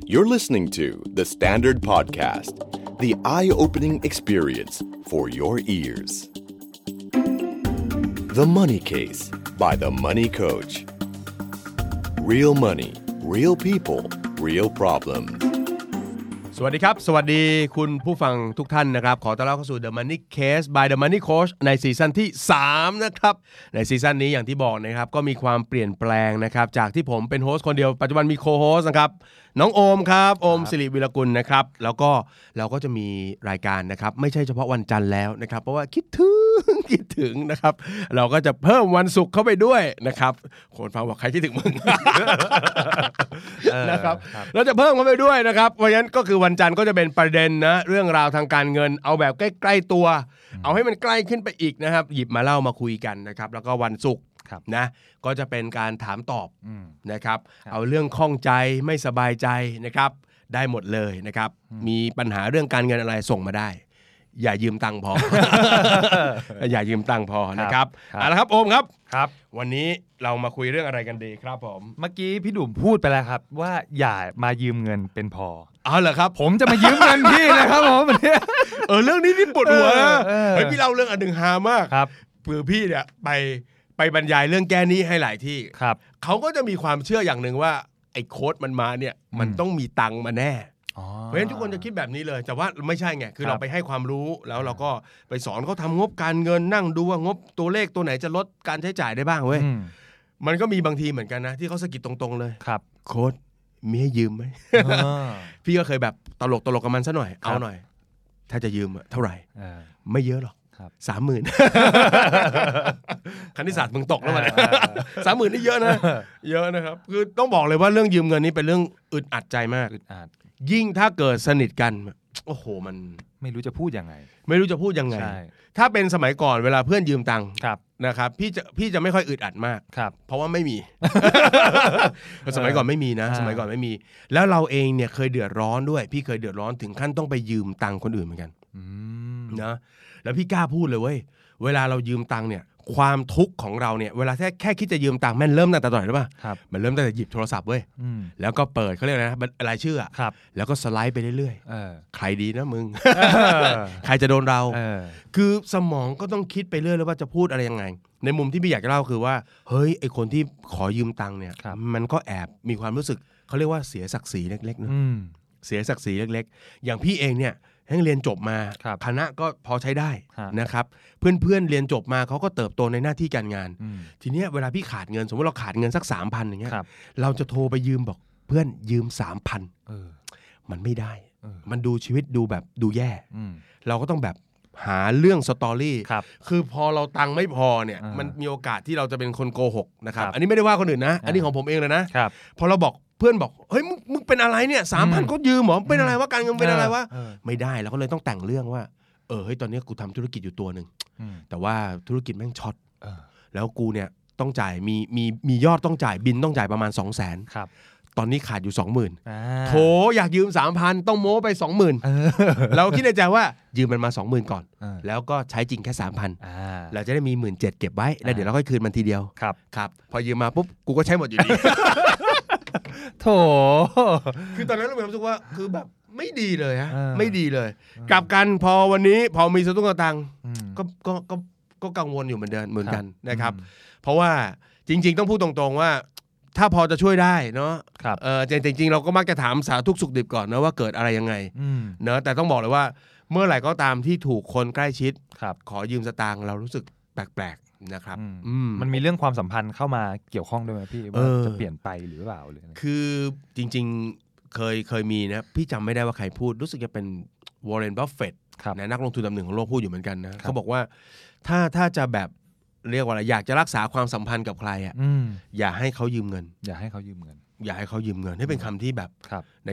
You're listening to The Standard Podcast, the eye-opening experience for your ears. The Money Case by The Money Coach. Real money, real people, real problems. สวัสดีครับสวัสดีคุณผู้ฟังทุกท่านนะครับขอต้อนรับเข้าสู่ The Money Case by The Money Coach ในซีซั่นที่3นะครับในซีซั่นนี้อย่างที่บอกนะครับก็มีความเปลี่ยนแปลงนะครับจากที่ผมเป็นโฮสต์คนเดียวปัจจุบันมีโคโฮสต์นะครับน้องโอมครับโอมศิริวิรกุลนะครับแล้วก็เราก็จะมีรายการนะครับไม่ใช่เฉพาะวันจันทร์แล้วนะครับเพราะว่าคิดถึงนะครับเราก็จะเพิ่มวันศุกร์เข้าไปด้วยนะครับคนฟังบอกใครคิดถึงมึง นะครับเราจะเพิ่มเข้าไปด้วยนะครับเพราะฉะนั้นก็คือวันจันทร์ก็จะเป็นประเด็นนะเรื่องราวทางการเงินเอาแบบใกล้ๆตัวเอาให้มันใกล้ขึ้นไปอีกนะครับหยิบมาเล่ามาคุยกันนะครับแล้วก็วันศุกร์นะก็จะเป็นการถามตอบนะครับเอาเรื่องข้องใจไม่สบายใจนะครับได้หมดเลยนะครับมีปัญหาเรื่องการเงินอะไรส่งมาได้อย่ายืมตังค์พอ อย่ายืมตังค์พอนะครับเอาละครับโอมครับวันนี้เรามาคุยเรื่องอะไรกันดีครับผมเมื่อกี้พี่ดุ่มพูดไปแล้วครับว่าอย่ามายืมเงินเป็นพอเอาเหรอครับผมจะมายืมเงินพี่นะครับผมเรื่องนี้ปวดหัวนะเฮ้ยพี่เล่าเรื่องอันหนึ่งฮามากเผื่อพี่เนี่ยไปบรรยายเรื่องแก้หนี้ให้หลายที่เขาก็จะมีความเชื่ออย่างหนึ่งว่าไอ้โค้ดมันมาเนี่ยมันต้องมีตังค์มาแน่เพราะฉะนั้นทุกคนจะคิดแบบนี้เลยแต่ว่าไม่ใช่ไงคือเราไปให้ความรู้แล้วเราก็ไปสอนเขาทำงบการเงินนั่งดูว่างบตัวเลขตัวไหนจะลดการใช้จ่ายได้บ้างเว้ยมันก็มีบางทีเหมือนกันนะที่เขาสะกิดตรงๆเลยโค้ดมีให้ยืมไหม พี่ก็เคยแบบตลกกับมันซะหน่อยเอาหน่อยถ้าจะยืมเท่าไหร่ไม่เยอะหรอก30,000 คณิตศาสตร์มึงตกแล้วมัน 30,000 นี่เยอะนะเยอะนะครับคือต้องบอกเลยว่าเรื่องยืมเงินนี้เป็นเรื่องอึดอัดใจมากยิ่งถ้าเกิดสนิทกันโอ้โหมันไม่รู้จะพูดยังไงถ้าเป็นสมัยก่อนเวลาเพื่อนยืมตังค์นะครับพี่จะไม่ค่อยอึดอัดมากเพราะว่าไม่มี สมัยก่อนไม่มีนะสมัยก่อนไม่มีแล้วเราเองเนี่ยเคยเดือดร้อนด้วยพี่เคยเดือดร้อนถึงขั้นต้องไปยืมตังค์คนอื่นเหมือนกันนะแล้วพี่กล้าพูดเลยเว้ยเวลาเรายืมตังค์เนี่ยความทุกข์ของเราเนี่ยเวลาแค่คิดจะยืมตังค์แม่นเริ่มตั้งแต่ตอนไหนรู้ป่ะมันเริ่มตั้งแต่หยิบโทรศัพท์เว้ยแล้วก็เปิดเขาเรียกอะไรนะรายชื่อแล้วก็สไลด์ไปเรื่อยๆใครดีนะมึง ใครจะโดนเราคือสมองก็ต้องคิดไปเรื่อยเลยว่าจะพูดอะไรยังไงในมุมที่พี่อยากจะเล่าคือว่าเฮ้ยไอคนที่ขอยืมตังค์เนี่ยมันก็แอบมีความรู้สึกเขาเรียกว่าเสียศักดิ์ศรีเล็กๆนะเสียศักดิ์ศรีเล็กๆอย่างพี่เองเนี่ยให้เรียนจบมาคณะก็พอใช้ได้นะครับเพื่อนๆเรียนจบมาเขาก็เติบโตในหน้าที่การงานทีเนี้ยเวลาพี่ขาดเงินสมมติเราขาดเงินสัก 3,000 อย่างเงี้ยเราจะโทรไปยืมบอกเพื่อนยืม 3,000 มันไม่ได้มันดูชีวิตดูแบบดูแย่เราก็ต้องแบบหาเรื่องสตอรี่คือพอเราตังค์ไม่พอเนี่ยมันมีโอกาสที่เราจะเป็นคนโกหกนะครับอันนี้ไม่ได้ว่าคนอื่นนะอันนี้ของผมเองเลยนะพอเราบอกเพื่อนบอกเฮ้ยมึงเป็นอะไรเนี่ย 3,000 ก็ยืมหรอเป็นอะไรวะการเงินเป็นอะไรวะไม่ได้เราก็เลยต้องแต่งเรื่องว่าเฮ้ยตอนนี้กูทำธุรกิจอยู่ตัวนึงแต่ว่าธุรกิจแม่งช็อตแล้วกูเนี่ยต้องจ่ายมียอดต้องจ่ายบินต้องจ่ายประมาณ 200,000 ครับตอนนี้ขาดอยู่ 20,000 โถอยากยืม 3,000 ต้องโม้ไป 20,000 เราคิดในใจว่ายืมมันมา 20,000 ก่อนแล้วก็ใช้จริงแค่ 3,000 เราจะได้มี 17,000 เก็บไว้แล้วเดี๋ยวเราค่อยคืนมันทีเดียวครับพอยืมมาปุ๊บกูก็ใช้หมดอยู่ดีโถคือตอนนั้นเรารู้สึกว่าคือแบบไม่ดีเลยฮะไม่ดีเลยกลับกันพอวันนี้พอมีสตุ้งสตังค์ก็กังวลอยู่เหมือนกันนะครับเพราะว่าจริงๆต้องพูดตรงๆว่าถ้าพอจะช่วยได้เนาะจริงๆเราก็มักจะถามสารทุกข์สุขดิบก่อนนะว่าเกิดอะไรยังไงเนาะแต่ต้องบอกเลยว่าเมื่อไหร่ก็ตามที่ถูกคนใกล้ชิดขอยืมสตางค์เรารู้สึกแปลกๆนะครับมันมีเรื่องความสัมพันธ์เข้ามาเกี่ยวข้องด้วยไหมพี่ว่าจะเปลี่ยนไปหรือเปล่าเลยคือจริงๆเคยมีนะพี่จำไม่ได้ว่าใครพูดรู้สึกจะเป็นวอร์เรน บัฟเฟตต์นักลงทุนอันดับหนึ่งของโลกพูดอยู่เหมือนกันนะเขาบอกว่าถ้าจะแบบเรียกว่าอะไรอยากจะรักษาความสัมพันธ์กับใครอ่ะอย่าให้เขายืมเงินให้เป็นคำที่แบบนะครับ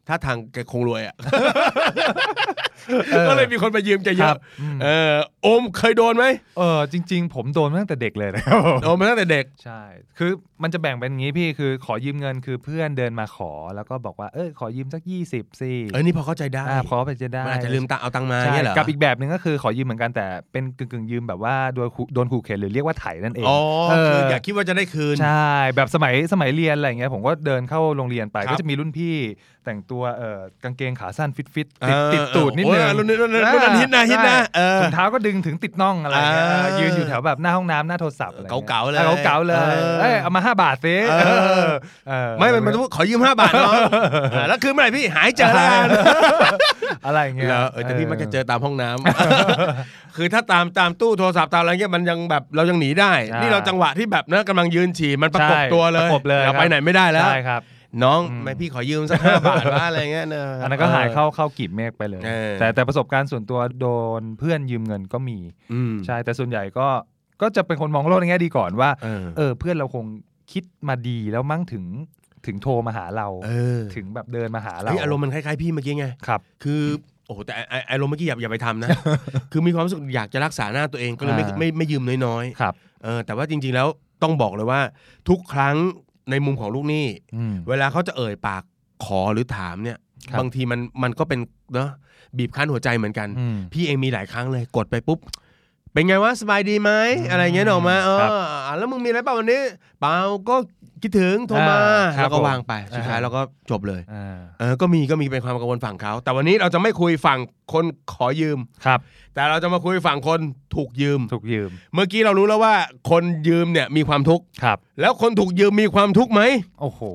ถ้าทางแกคงรวยอ่ะ ก็เลยมีคนมายืมแกเยอะโอมเคยโดนไหมจริงๆผมโดนมาตั้งแต่เด็กเลยนะครับโดนมาตั้งแต่เด็กใช่คือมันจะแบ่งเป็นงี้พี่คือขอยืมเงินคือเพื่อนเดินมาขอแล้วก็บอกว่าขอยืมสัก20สินี่พอเข้าใจได้พอเข้าใจได้อาจจะลืมตังเอาตังมาเนี่ยเหรอกับอีกแบบนึงก็คือขอยืมเหมือนกันแต่เป็นกึ่งยืมแบบว่าโดนขู่เข็นหรือเรียกว่าไถนั่นเองคืออย่าคิดว่าจะได้คืนใช่แบบสมัยเรียนอะไรอย่างเงี้ยผมก็เดินเข้าโรงเรียนไปก็จะมีรุ่นพี่แต่งตัวกางเกงขาสั้นฟิตติดตูดนิดนึงรุ่นนั้นฮิตนะถุงเท้าก็ดึงถึงติดน่องอะไรเงี้ยยืนอยู่แถวแบบหน้าห้องน้ำหน้าโทรศัพท์อะไรเก่าๆเลยเอามา5 บาทสิไม่มันขอยืม5 บาทเนาะแล้วคืนเมื่อไหร่พี่หายเจอแล้วอะไรเงี้ยแต่พี่มันจะเจอตามห้องน้ำคือถ้าตามตู้โทรศัพท์ตามอะไรเงี้ยมันยังแบบเรายังหนีได้นี่เราจังหวะที่แบบนะกำลังยืนฉี่มันประกบตัวเลยเราไปไหนไม่ได้แล้วน้องไม่พี่ขอยืมสัก5 บาทว่าอะไรเงี้ยเนอะอันนั้นก็หายเข้ากีบเมฆไปเลยแต่ประสบการณ์ส่วนตัวโดนเพื่อนยืมเงินก็มีใช่แต่ส่วนใหญ่ก็จะเป็นคนมองโลกในแง่ดีก่อนว่าเพื่อนเราคงคิดมาดีแล้วมั้งถึงโทรมาหาเราถึงแบบเดินมาหาเราอารมณ์มันคล้ายๆพี่เมื่อกี้ไงครับคือโอ้แต่อารมณ์เมื่อกี้อย่าไปทำนะ คือมีความรู้สึกอยากจะรักษาหน้าตัวเองก็เลยไม่ยืมน้อยๆครับแต่ว่าจริงๆแล้วต้องบอกเลยว่าทุกครั้งในมุมของลูกหนี้เวลาเขาจะเอ่ยปากขอหรือถามเนี่ยบางทีมันก็เป็นเนาะบีบคั้นหัวใจเหมือนกันพี่เองมีหลายครั้งเลยกดไปปุ๊บเป็นไงวะสบายดีไหมอะไรเงี้ยออกมาแล้วมึงมีอะไรเปล่าวันนี้เปล่าก็คิดถึงโทรมาแล้วก็วางไปสุดท้ายเราก็จบเลยก็มีเป็นความกังวลฝั่งเขาแต่วันนี้เราจะไม่คุยฝั่งคนขอยืมครับแต่เราจะมาคุยฝั่งคนถูกยืมเมื่อกี้เรารู้แล้วว่าคนยืมเนี่ยมีความทุกข์แล้วคนถูกยืมมีความทุกข์ไหมโอ้โห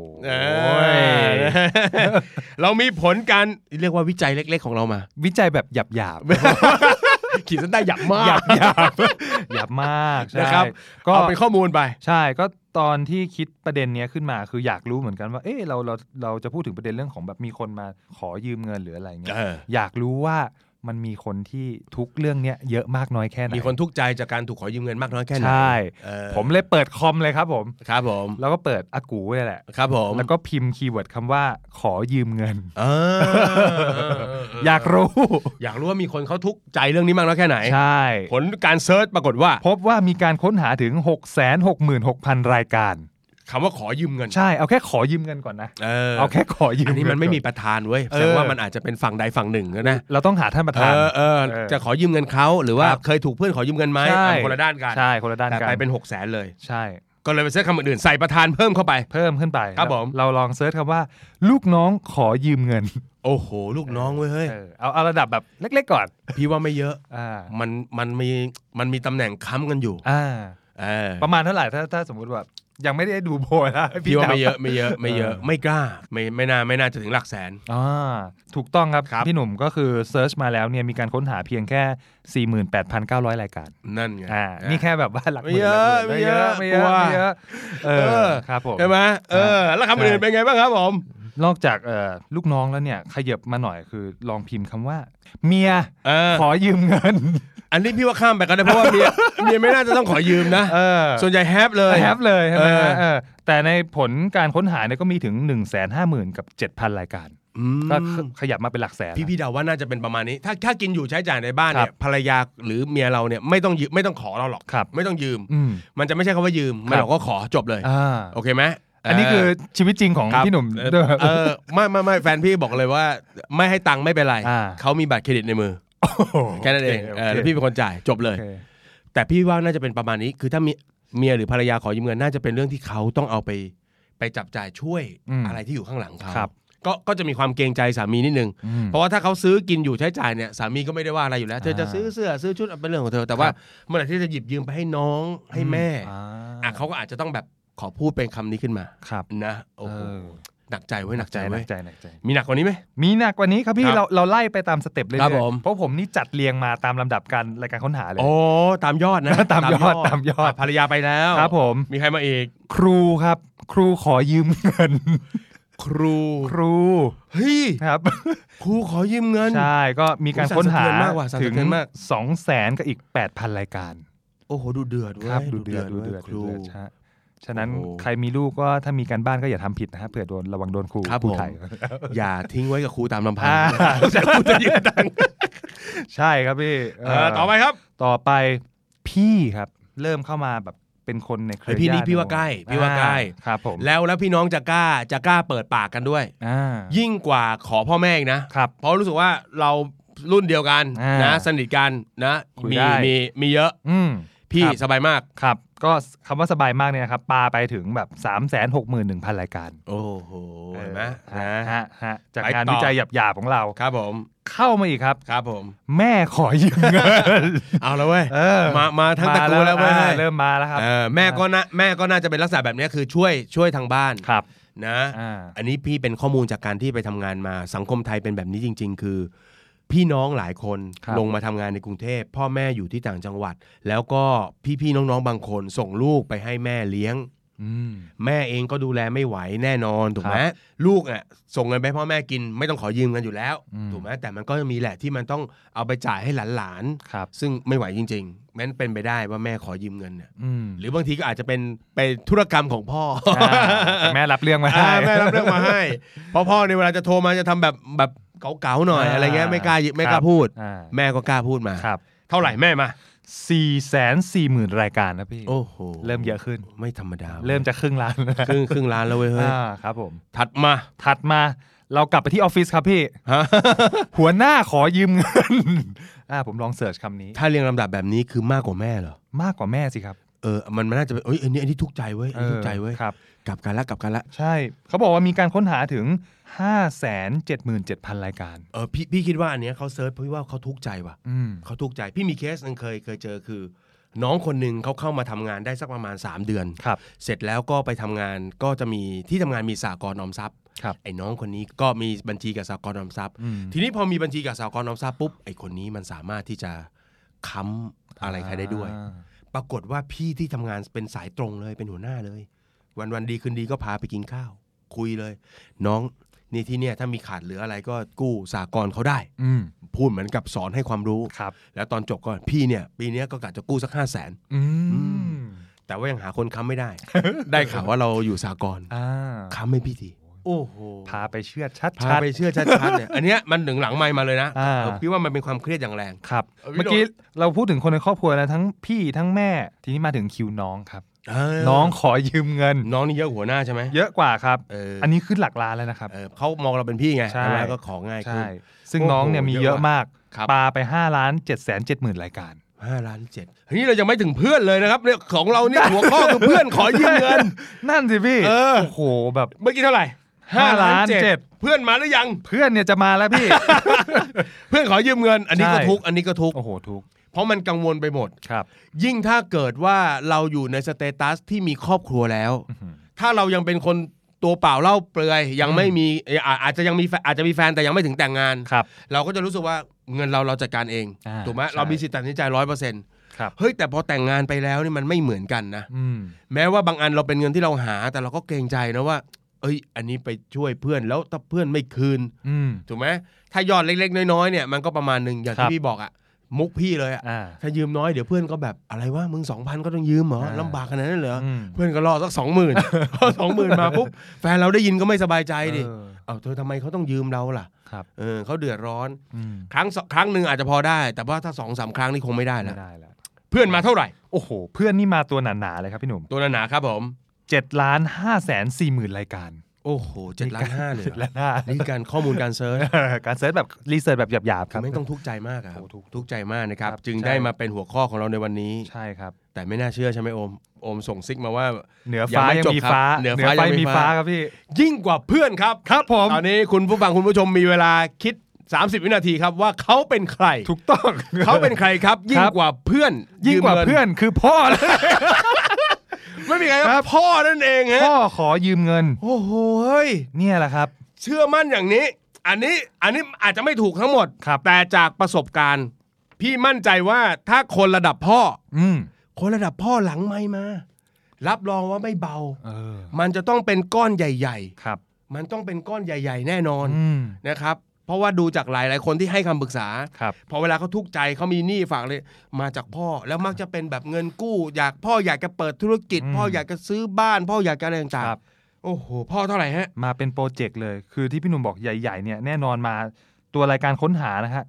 เรามีผลการเรียกว่าวิจัยเล็กๆของเรามาวิจัยแบบหยาบขีดเส้นใต้หยาบมากหยาบมากนะครับก็เอาเป็นข้อมูลไปใช่ก็ตอนที่คิดประเด็นนี้ขึ้นมาคืออยากรู้เหมือนกันว่าเราจะพูดถึงประเด็นเรื่องของแบบมีคนมาขอยืมเงินหรืออะไรเงี้ยอยากรู้ว่ามันมีคนที่ทุกเรื่องนี้เยอะมากน้อยแค่ไหนมีคนทุกข์ใจจากการถูกขอยืมเงินมากน้อยแค่ไหนใช่ผมเลยเปิดคอมเลยครับผมแล้วก็เปิดอากูนี่แหละครับผมแล้วก็พิมพ์คีย์เวิร์ดคำว่าขอยืมเงินอยากรู้ว่ามีคนเขาทุกข์ใจเรื่องนี้มากน้อยแค่ไหนใช่ผลการเซิร์ชปรากฏว่าพบว่ามีการค้นหาถึง 666,000 รายการคำว่าขอยืมเงินใช่เอาแค่ขอยืมเงินก่อนนะเอาแค่ขอยืมอันนี้มันไม่มีประธานเว้ยแสดงว่ามันอาจจะเป็นฝั่งใดฝั่งหนึ่งนะเราต้องหาท่านประธานจะขอยืมเงินเขาหรือว่าเคยถูกเพื่อนขอยืมเงินไหมคนละด้านกันใช่คนละด้านกันแต่ไปเป็น600,000เลยใช่ก็เลยไปเซิร์ชคำอื่นใส่ประธานเพิ่มเข้าไปเพิ่มขึ้นไปครับผมเราลองเซิร์ชคำว่าลูกน้องขอยืมเงินโอ้โหลูกน้องเว้ยเฮ้ยเอาระดับแบบเล็กๆก่อนพี่ว่าไม่เยอะมันมีตำแหน่งค้ำกันอยู่ประมาณเท่าไหร่ถ้าสมมุติว่ายังไม่ได้ดูโพยนะพี่ว่าไม่เยอะไม่กล้าไม่น่าจะถึงหลักแสนถูกต้องครับพี่หนุ่มก็คือเซิร์ชมาแล้วเนี่ยมีการค้นหาเพียงแค่ 48,900 รายการนั่นไงนี่แค่แบบว่าหลักหมื่นไม่เยอะครับผมใช่ไหมแล้วคำอื่นเป็นไงบ้างครับผมนอกจากลูกน้องแล้วเนี่ยขยับมาหน่อยคือลองพิมพ์คำว่าเมียขอยืมเงินอันนี้พี่ว่าข้ามไปก็ได้เพราะว่าเมียไม่น่าจะต้องขอยืมนะส่วนใหญ่แฮปเลยใช่ไหมแต่ในผลการค้นหาเนี่ยก็มีถึง 150,000 กับ 7,000 รายการก็ขยับมาเป็นหลักแสนพี่เดาว่าน่าจะเป็นประมาณนี้ถ้ากินอยู่ใช้จ่ายในบ้านเนี่ยภรรยาหรือเมียเราเนี่ยไม่ต้องขอเราหรอกไม่ต้องยืมมันจะไม่ใช่คำว่ายืมมันบอกก็ขอจบเลยโอเคไหมอันนี้คือชีวิตจริงของพี่หนุ่มไม่แฟนพี่บอกเลยว่าไม่ให้ตังค์ไม่เป็นไรเขามีบัตรเครดิตในมือแค่นั้นเองแล้วพี่เป็นคนจ่ายจบเลยแต่พี่ว่าน่าจะเป็นประมาณนี้คือถ้าเมียหรือภรรยาขอยืมเงินน่าจะเป็นเรื่องที่เขาต้องเอาไปจับจ่ายช่วยอะไรที่อยู่ข้างหลังเขาก็จะมีความเกรงใจสามีนิดนึงเพราะว่าถ้าเขาซื้อกินอยู่ใช้จ่ายเนี่ยสามีก็ไม่ได้ว่าอะไรอยู่แล้วเธอจะซื้อเสื้อซื้อชุดเป็นเรื่องของเธอแต่ว่าเมื่อไหร่ที่จะหยิบยืมไปให้น้องให้แม่เขาก็อาจจะต้องแบบขอพูดเป็นคำนี้ขึ้นมานะโอ้โหหนักใจไว้หนักใจมีหนักกว่านี้ไหมมีหนักกว่านี้ครับพี่เราไล่ไปตามสเต็ปเลยเพราะผมนี่จัดเรียงมาตามลำดับการรายการค้นหาเลยโอ้ตามยอดนะตามยอดภรรยาไปแล้วครับผมมีใครมาอีกครูครับครูขอยืมเงินครูเฮ้ยครับครูขอยืมเงินใช่ก็มีการค้นหาถึง 200,000 กับอีก 8,000 รายการโอ้โหดูเดือดครับดูเดือดครูฉะนั้นใครมีลูกก็ถ้ามีการบ้านก็อย่าทำผิดนะฮะเผื่อโดนระวังโดนครูไทยอย่าทิ้งไว้กับครูตามลำพังจะครูจะยืมตังค์ใช่ครับพี่ต่อไปครับต่อไปพี่ครับเริ่มเข้ามาแบบเป็นคนในเครือญาติพี่นี่พี่ว่าใกล้ครับผมแล้วพี่น้องจะกล้าเปิดปากกันด้วยยิ่งกว่าขอพ่อแม่อีกนะเพราะรู้สึกว่าเรารุ่นเดียวกันนะสนิทกันนะมีเยอะพี่สบายมากครับก็คำว่าสบายมากเนี่ยครับปาไปถึงแบบ 361,000 รายการโอ้โหเห็นไหมฮะจากงานวิจัยหยาบๆของเราครับผมเข้ามาอีกครับผมแม่ขอยืมเงินเอาแล้วเว้ยมาทั้งตระกูลแล้วเว้ยเริ่มมาแล้วครับแม่ก็น่าจะเป็นลักษณะแบบนี้คือช่วยทางบ้านนะอันนี้พี่เป็นข้อมูลจากการที่ไปทำงานมาสังคมไทยเป็นแบบนี้จริงๆคือพี่น้องหลายคนลงมาทำงานในกรุงเทพพ่อแม่อยู่ที่ต่างจังหวัดแล้วก็พี่ๆน้องๆบางคนส่งลูกไปให้แม่เลี้ยงแม่เองก็ดูแลไม่ไหวแน่นอนถูกไหมลูกอ่ะส่งเงินไปพ่อแม่กินไม่ต้องขอยืมกันอยู่แล้วถูกไหมแต่มันก็มีแหละที่มันต้องเอาไปจ่ายให้หลานๆซึ่งไม่ไหวจริงๆแม้นเป็นไปได้ว่าแม่ขอยืมเงินเนี่ยหรือบางทีก็อาจจะเป็นธุรกรรมของพ่อแม่รับเรื่องมาให้แม่รับเรื่องมาให้เพราะพ่อในเวลาจะโทรมาจะทำแบบเก๋าๆหน่อยอะไรเงี้ยไม่กล้าพูดแม่ก็กล้าพูดมาเท่าไหร่แม่มา 440,000 รายการนะพี่โอ้โหเริ่มเยอะขึ้นไม่ธรรมดาเริ่มจะครึ่งล้านครึ่งล้านแล้วเว้ยครับผมถัดมาเรากลับไปที่ออฟฟิศครับพี่หัวหน้าขอยืมเงินผมลองเสิร์ชคำนี้ถ้าเรียงลำดับแบบนี้คือมากกว่าแม่เหรอมากกว่าแม่สิครับมันน่าจะเป็นอันนี้ทุกข์ใจเว้ยทุกข์ใจเว้ยครับกลับกันละใช่เขาบอกว่ามีการค้นหาถึง 577,000 รายการพี่คิดว่าอันเนี้ยเขาเซิร์ชพี่ว่าเขาทุกข์ใจว่ะเขาทุกข์ใจพี่มีเคสนึงเคยเจอคือน้องคนนึงเขาเข้ามาทำงานได้สักประมาณ3เดือนเสร็จแล้วก็ไปทำงานก็จะมีที่ทำงานมีสหกรณ์ออมทรัพย์ไอ้น้องคนนี้ก็มีบัญชีกับสหกรณ์ออมทรัพย์ทีนี้พอมีบัญชีกับสหกรณ์ออมทรัพย์ปุ๊บไอ้คนนี้มันสามารถที่จะค้ำอะไรใครได้ด้วยปรากฏว่าพี่ที่ทำงานเป็นสายตรงเลยเป็นหัวหน้าเลยวันดีคืนดีก็พาไปกินข้าวคุยเลยน้องนี่ที่เนี่ยถ้ามีขาดเหลืออะไรก็กู้สหกรณ์เขาได้พูดเหมือนกับสอนให้ความรู้แล้วตอนจบก็พี่เนี่ยปีนี้ก็กะจะกู้สัก500,000แต่ว่ายังหาคนค้ำไม่ได้ ได้ข่าวว่าเราอยู่สหกรณ์ค้ำให้พี่ทีโอ้โหพาไปเชื่อชัดเนี่ยอันเนี้ยมันถึงหลังไมค์มาเลยนะพี่ว่ามันเป็นความเครียดอย่างแรงครับเมื่อกี้เราพูดถึงคนในครอบครัวแล้วทั้งพี่ทั้งแม่ทีนี้มาถึงคิวน้องครับน้องขอยืมเงินน้องนี่เยอะหัวหน้าใช่ไหมเยอะกว่าครับอันนี้ขึ้นหลักล้านแล้วนะครับเขามองเราเป็นพี่ไงแล้วก็ของ่ายขึ้นซึ่งน้องเนี่ยมีเยอะมากปาไป5,770,000 รายการ 5,700,000นี่เรายังไม่ถึงเพื่อนเลยนะครับเนี่ยของเราเนี่ยหัวข้อคือเพื่อนขอยืมเงินนั่นสิพี่โอ้โหแบบเมื่อกี้เท่าไหร่5,700,000เพื่อนมาหรือยังเพื่อนเนี่ยจะมาแล้วพี่เพื่อนขอยืมเงินอันนี้ก็ทุกโอ้โหทุกเพราะมันกังวลไปหมดครับยิ่งถ้าเกิดว่าเราอยู่ในสเตตัสที่มีครอบครัวแล้วถ้าเรายังเป็นคนตัวเปล่าเล่าเปลือยยังไม่มีอาจจะมีแฟนแต่ยังไม่ถึงแต่งงานเราก็จะรู้สึกว่าเงินเราจัดการเองถูกไหมเรามีสิทธิ์ตัดสินใจ 100%เฮ้ยแต่พอแต่งงานไปแล้วนี่มันไม่เหมือนกันนะแม้ว่าบางอันเราเป็นเงินที่เราหาแต่เราก็เกรงใจนะว่าอันนี้ไปช่วยเพื่อนแล้วถ้าเพื่อนไม่คืนถูกไหมถ้ายอดเล็กๆน้อยๆเนี่ยมันก็ประมาณนึงอย่างที่พี่บอกอะมุกพี่เลยถ้ายืมน้อยเดี๋ยวเพื่อนก็แบบอะไรวะมึง 2,000 ก็ต้องยืมเหรอลำบากขนาดนั้นเหรอเพื่อนก็รอสัก 20,000 พอ 20,000 มาปุ๊บแฟนเราได้ยินก็ไม่สบายใจดิเธอทำไมเขาต้องยืมเราล่ะเขาเดือดร้อนครั้งนึงอาจจะพอได้แต่ว่าถ้า 2-3 ครั้งนี่คงไม่ได้แล้วเพื่อนมาเท่าไหร่โอ้โหเพื่อนนี่มาตัวหนาๆเลยครับพี่หนุ่มตัวหนาๆครับผม 7,540,000 รายการโอ้โห7,500,000เลยนี่การข้อมูลการเซิร์ชแบบรีเสิร์ชแบบหยาบๆครับไม่ต้องทุกข์ใจมากครับทุกข์ใจมากนะครับจึงได้มาเป็นหัวข้อของเราในวันนี้ใช่ครับแต่ไม่น่าเชื่อใช่ไหมโอมส่งซิกมาว่าเหนือฟ้ายังมีฟ้าเหนือฟ้ายังมีฟ้าครับพี่ยิ่งกว่าเพื่อนครับครับผมตอนนี้คุณผู้ฟังคุณผู้ชมมีเวลาคิด30 วินาทีครับว่าเขาเป็นใครถูกต้องเขาเป็นใครครับยิ่งกว่าเพื่อนคือพ่อไม่มีใครครับพ่อนั่นเองฮะพ่อขอยืมเงินโอ้โหเฮ้ยเนี่ยแหละครับเชื่อมั่นอย่างนี้อันนี้อาจจะไม่ถูกทั้งหมดแต่จากประสบการณ์พี่มั่นใจว่าถ้าคนระดับพ่อคนระดับพ่อหลังไมค์มารับรองว่าไม่เบามันจะต้องเป็นก้อนใหญ่ๆครับมันต้องเป็นก้อนใหญ่ๆแน่นอนนะครับเพราะว่าดูจากหลายคนที่ให้คำปรึกษา พอเวลาเขาทุกข์ใจเขามีหนี้ฝากเลยมาจากพ่อแล้วมักจะเป็นแบบเงินกู้พ่ออยากจะเปิดธุรกิจพ่ออยากจะซื้อบ้านพ่ออยากจะอะไรต่างๆโอ้โหพ่อเท่าไหร่ฮะมาเป็นโปรเจกต์เลยคือที่พี่หนุ่มบอกใหญ่ๆเนี่ยแน่นอนมาตัวรายการค้นหานะฮะ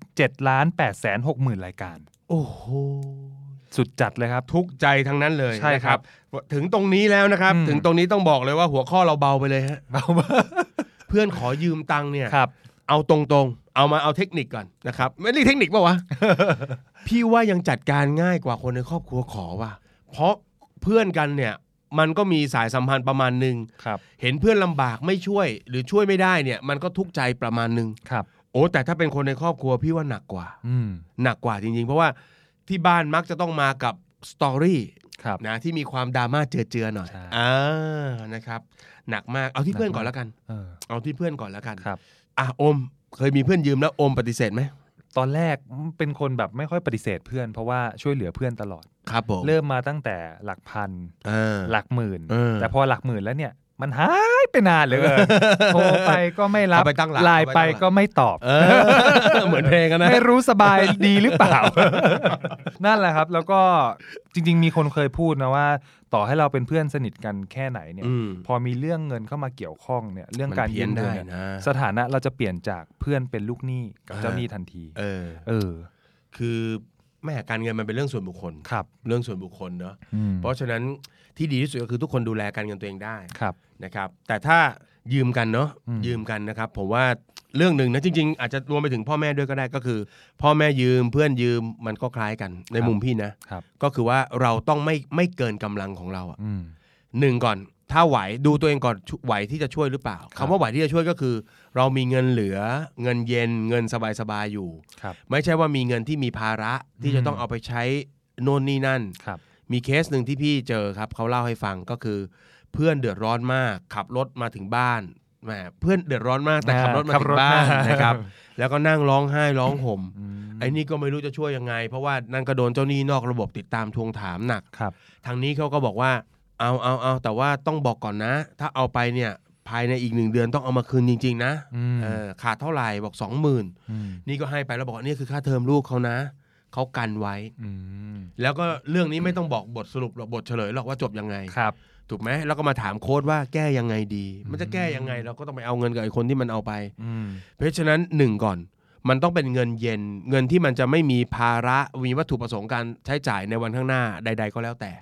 7,860,000 รายการโอ้โหสุดจัดเลยครับทุกใจทั้งนั้นเลยใช่ครับถึงตรงนี้แล้วนะครับถึงตรงนี้ต้องบอกเลยว่าหัวข้อเราเบาไปเลยฮะเบาเพื่อนขอยืมตังค์เนี่ยเอาตรงๆเอาเทคนิคก่อนนะครับไม่เรียกเทคนิคป่ะวะ พี่ว่ายังจัดการง่ายกว่าคนในครอบครัวขอว่ะเพราะเพื่อนกันเนี่ยมันก็มีสายสัมพันธ์ประมาณนึงเห็นเพื่อนลำบากไม่ช่วยหรือช่วยไม่ได้เนี่ยมันก็ทุกข์ใจประมาณนึงโอ้แต่ถ้าเป็นคนในครอบครัวพี่ว่าหนักกว่าหนักกว่าจริงๆเพราะว่าที่บ้านมักจะต้องมากับสตอรี่นะที่มีความดราม่าเจือๆหน่อยนะครับหนักมากเอาที่เพื่อนก่อนแล้วกันเอาที่เพื่อนก่อนแล้วกันโอมเคยมีเพื่อนยืมแล้วโอมปฏิเสธไหมตอนแรกเป็นคนแบบไม่ค่อยปฏิเสธเพื่อนเพราะว่าช่วยเหลือเพื่อนตลอดครับผมเริ่มมาตั้งแต่หลักพันหลักหมื่นแต่พอหลักหมื่นแล้วเนี่ยมันหายไปนานเลยโทรไปก็ไม่รับไลน์ไปก็ไม่ตอบเหมือนเพลงนะไม่รู้สบายดีหรือเปล่านั่นแหละครับแล้วก็จริงๆมีคนเคยพูดนะว่าต่อให้เราเป็นเพื่อนสนิทกันแค่ไหนเนี่ยพอมีเรื่องเงินเข้ามาเกี่ยวข้องเนี่ยเรื่องการยืมเงินสถานะเราจะเปลี่ยนจากเพื่อนเป็นลูกหนี้กับเจ้าหนี้ทันทีคือแม่การเงินมันเป็นเรื่องส่วนบุคคลเรื่องส่วนบุคคลเนอะเพราะฉะนั้นที่ดีที่สุดก็คือทุกคนดูแลการเงินตัวเองได้นะครับแต่ถ้ายืมกันเนาะยืมกันนะครับผมว่าเรื่องหนึ่งนะจริงๆอาจจะรวมไปถึงพ่อแม่ด้วยก็ได้ก็คือพ่อแม่ยืมเพื่อนยืมมันก็คล้ายกันในมุมพี่นะก็คือว่าเราต้องไม่เกินกำลังของเราหนึ่งก่อนถ้าไหวดูตัวเองก่อนไหวที่จะช่วยหรือเปล่าคำว่าไหวที่จะช่วยก็คือเรามีเงินเหลือเงินเย็นเงินสบายๆอยู่ไม่ใช่ว่ามีเงินที่มีภาระที่จะต้องเอาไปใช้โน่นนี่นั่นมีเคสหนึ่งที่พี่เจอครับเขาเล่าให้ฟังก็คือเพื่อนเดือดร้อนมากขับรถมาถึงบ้านแหมเพื่อนเดือดร้อนมากแต่ขับรถมาถึงบ้านนะครับแล้วก็นั่งร้องไห้ร้องห่มไอ้นี่ก็ไม่รู้จะช่วยยังไงเพราะว่านั่นก็โดนเจ้าหนี้นอกระบบติดตามทวงถามหนักทางนี้เขาก็บอกว่าเอาแต่ว่าต้องบอกก่อนนะถ้าเอาไปเนี่ยภายในอีก1 เดือนต้องเอามาคืนจริงๆนะขาดเท่าไหร่บอก 20,000 นี่ก็ให้ไปแล้วบอกนี่คือค่าเทอมลูกเขานะเขากันไว้แล้วก็เรื่องนี้ไม่ต้องบอกบทสรุปหรอกบทเฉลยหรอกว่าจบยังไงถูกไหมแล้วก็มาถามโค้ดว่าแก้ยังไงดีมันจะแก้ยังไงเราก็ต้องไปเอาเงินกับไอ้คนที่มันเอาไปเพราะฉะนั้น1ก่อนมันต้องเป็นเงินเย็นเงินที่มันจะไม่มีภาระมีวัตถุประสงค์การใช้จ่ายในวันข้างหน้าใดๆก็แล้วแต่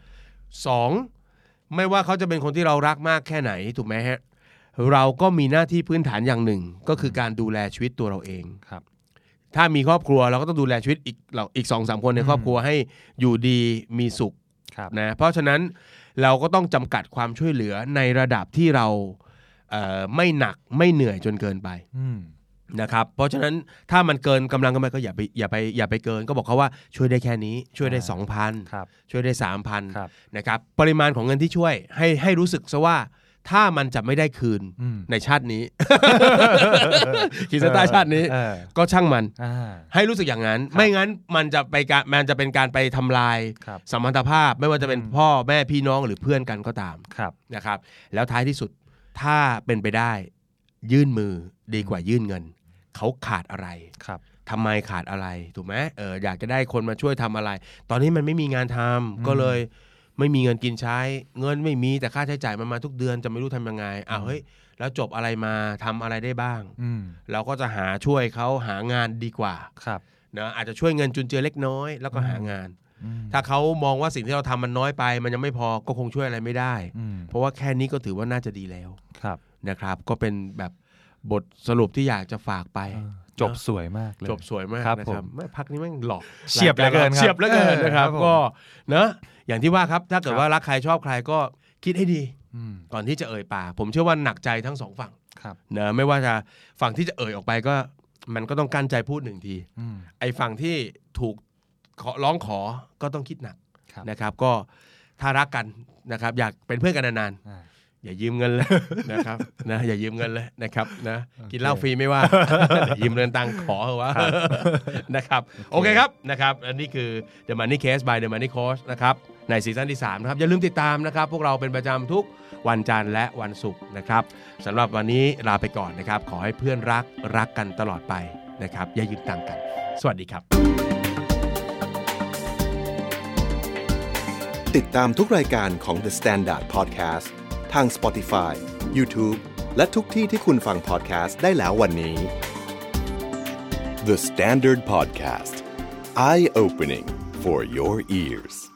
2ไม่ว่าเขาจะเป็นคนที่เรารักมากแค่ไหนถูกไหมฮะเราก็มีหน้าที่พื้นฐานอย่างหนึ่งก็คือการดูแลชีวิตตัวเราเองถ้ามีครอบครัวเราก็ต้องดูแลชีวิตอีก 2-3 คนในครอบครัวให้อยู่ดีมีสุขนะเพราะฉะนั้นเราก็ต้องจำกัดความช่วยเหลือในระดับที่เราไม่หนักไม่เหนื่อยจนเกินไปนะครับเพราะฉะนั้นถ้ามันเกินกำลังกันไปก็อย่าไปเกินก็บอกเขาว่าช่วยได้แค่นี้ช่วยได้ 2,000 ช่วยได้ 3,000 นะครับปริมาณของเงินที่ช่วยให้รู้สึกซะว่าถ้ามันจะไม่ได้คืนในชาตินี้ขีดเส้นใต้ชาตินี้ก็ช่างมันให้รู้สึกอย่างนั้นไม่งั้นมันจะเป็นการไปทำลายสัมพันธภาพไม่ว่าจะเป็นพ่อแม่พี่น้องหรือเพื่อนกันก็ตามนะครับแล้วท้ายที่สุดถ้าเป็นไปได้ยื่นมือดีกว่ายื่นเงินเขาขาดอะไรทำไมขาดอะไรถูกไหมอยากจะได้คนมาช่วยทำอะไรตอนนี้มันไม่มีงานทำก็เลยไม่มีเงินกินใช้เงินไม่มีแต่ค่าใช้จ่ายมันมาทุกเดือนจะไม่รู้ทำยังไงเฮ้ยแล้วจบอะไรมาทำอะไรได้บ้างเราก็จะช่วยเขาหางานดีกว่านะอาจจะช่วยเงินจุนเจือเล็กน้อยแล้วก็หางานถ้าเขามองว่าสิ่งที่เราทำมันน้อยไปมันยังไม่พอก็คงช่วยอะไรไม่ได้เพราะว่าแค่นี้ก็ถือว่าน่าจะดีแล้วนะครับก็เป็นแบบบทสรุปที่อยากจะฝากไปจบสวยมากเลยจบสวยมากนะครับไม่พักนี้แม่งหลอกเฉียบเหลือเกินนะครับก็เนอะอย่างที่ว่าครับถ้าเกิดว่ารักใครชอบใครก็คิดให้ดีก่อนที่จะเอ่ยปากผมเชื่อว่าหนักใจทั้ง2ฝั่งเนอะไม่ว่าจะฝั่งที่จะเอ่ยออกไปก็มันก็ต้องกั้นใจพูด1 ทีไอ้ฝั่งที่ถูกร้องขอก็ต้องคิดหนักนะครับก็ถ้ารักกันนะครับอยากเป็นเพื่อนกันนานอย่ายืมเงินเลยนะครับนะอย่ายืมเงินเลยนะครับนะกินเหล้าฟรีไม่ว่ายืมเงินตังค์ขอเหรอวะนะครับโอเคครับนะครับอันนี้คือ The Money Case by The Money Coach นะครับในซีซั่นที่3นะครับอย่าลืมติดตามนะครับพวกเราเป็นประจำทุกวันจันทร์และวันศุกร์นะครับสำหรับวันนี้ลาไปก่อนนะครับขอให้เพื่อนรักกันตลอดไปนะครับอย่ายืมตังค์กันสวัสดีครับติดตามทุกรายการของ The Standard Podcast ทาง Spotify, YouTube และทุกที่ที่คุณฟัง podcast ได้แล้ววันนี้ The Standard Podcast Eye Opening for your ears